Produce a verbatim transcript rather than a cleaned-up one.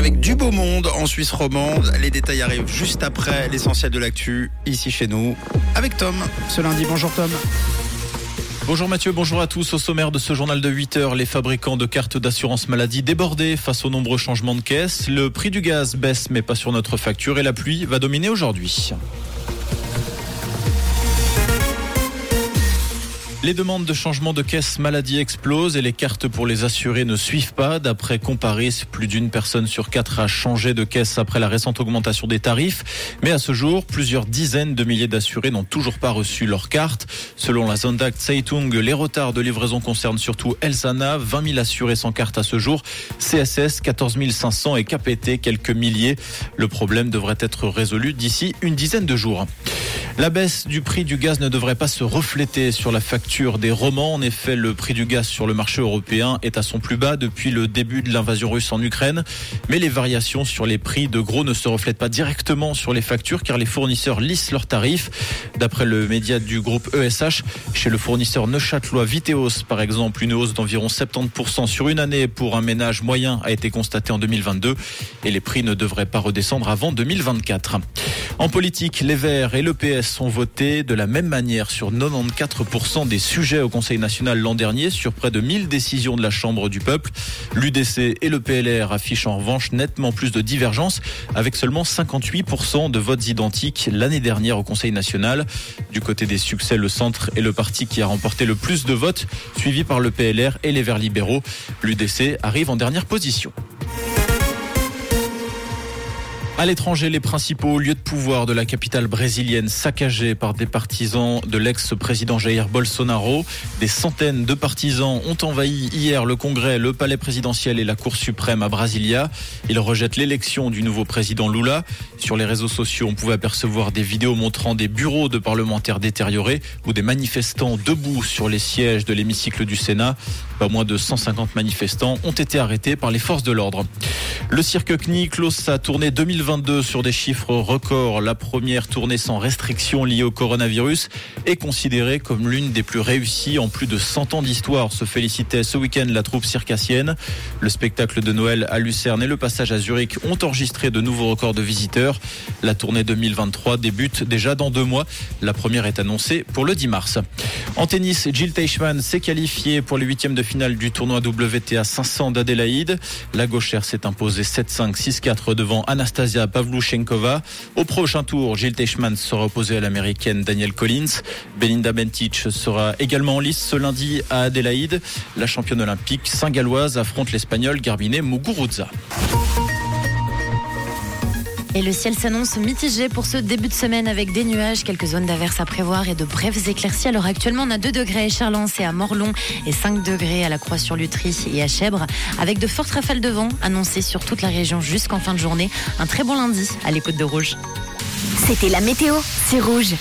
avec du beau monde en Suisse romande. Les détails arrivent juste après l'essentiel de l'actu, ici chez nous, avec Tom. Ce lundi, bonjour Tom. Bonjour Mathieu, bonjour à tous. Au sommaire de ce journal de huit heures, les fabricants de cartes d'assurance maladie débordés face aux nombreux changements de caisse. Le prix du gaz baisse mais pas sur notre facture et la pluie va dominer aujourd'hui. Les demandes de changement de caisse maladie explosent et les cartes pour les assurés ne suivent pas. D'après Comparis, plus d'une personne sur quatre a changé de caisse après la récente augmentation des tarifs. Mais à ce jour, plusieurs dizaines de milliers d'assurés n'ont toujours pas reçu leur carte. Selon la Sonntag Zeitung, les retards de livraison concernent surtout Elsana, vingt mille assurés sans carte à ce jour, C S S quatorze mille cinq cents et K P T quelques milliers. Le problème devrait être résolu d'ici une dizaine de jours. La baisse du prix du gaz ne devrait pas se refléter sur la facture des romans. En effet, le prix du gaz sur le marché européen est à son plus bas depuis le début de l'invasion russe en Ukraine. Mais les variations sur les prix de gros ne se reflètent pas directement sur les factures car les fournisseurs lissent leurs tarifs. D'après le média du groupe E S H, chez le fournisseur neuchâtelois Viteos, par exemple, une hausse d'environ soixante-dix pour cent sur une année pour un ménage moyen a été constatée en deux mille vingt-deux et les prix ne devraient pas redescendre avant deux mille vingt-quatre. En politique, les Verts et l'E P S ont voté de la même manière sur quatre-vingt-quatorze pour cent des sujets au Conseil national l'an dernier, sur près de mille décisions de la Chambre du peuple. L'U D C et le P L R affichent en revanche nettement plus de divergences, avec seulement cinquante-huit pour cent de votes identiques l'année dernière au Conseil national. Du côté des succès, le Centre est le parti qui a remporté le plus de votes, suivi par le P L R et les Verts libéraux. L'U D C arrive en dernière position. À l'étranger, les principaux lieux de pouvoir de la capitale brésilienne saccagés par des partisans de l'ex-président Jair Bolsonaro. Des centaines de partisans ont envahi hier le Congrès, le palais présidentiel et la Cour suprême à Brasilia. Ils rejettent l'élection du nouveau président Lula. Sur les réseaux sociaux, on pouvait apercevoir des vidéos montrant des bureaux de parlementaires détériorés ou des manifestants debout sur les sièges de l'hémicycle du Sénat. Pas moins de cent cinquante manifestants ont été arrêtés par les forces de l'ordre. Le cirque C N I close sa tournée deux mille vingt-deux sur des chiffres records. La première tournée sans restriction liée au coronavirus est considérée comme l'une des plus réussies en plus de cent ans d'histoire, se félicitait ce week-end la troupe circassienne. Le spectacle de Noël à Lucerne et le passage à Zurich ont enregistré de nouveaux records de visiteurs. La tournée deux mille vingt-trois débute déjà dans deux mois. La première est annoncée pour le dix mars. En tennis, Jil Teichmann s'est qualifiée pour les huitièmes de finale du tournoi W T A cinq cents d'Adélaïde. La gauchère s'est imposée sept cinq, six quatre devant Anastasia Pavlyuchenkova. Au prochain tour, Jil Teichmann sera opposée à l'américaine Danielle Collins. Belinda Bencic sera également en lice ce lundi à Adélaïde. La championne olympique saint-galloise affronte l'espagnole Garbine Muguruza. Et le ciel s'annonce mitigé pour ce début de semaine avec des nuages, quelques zones d'averses à prévoir et de brèves éclaircies. Alors actuellement, on a deux degrés à Écharlens et à Morlon et cinq degrés à la Croix-sur-Lutry et à Chèvres, avec de fortes rafales de vent annoncées sur toute la région jusqu'en fin de journée. Un très bon lundi à l'écoute de Rouge. C'était la météo, c'est Rouge.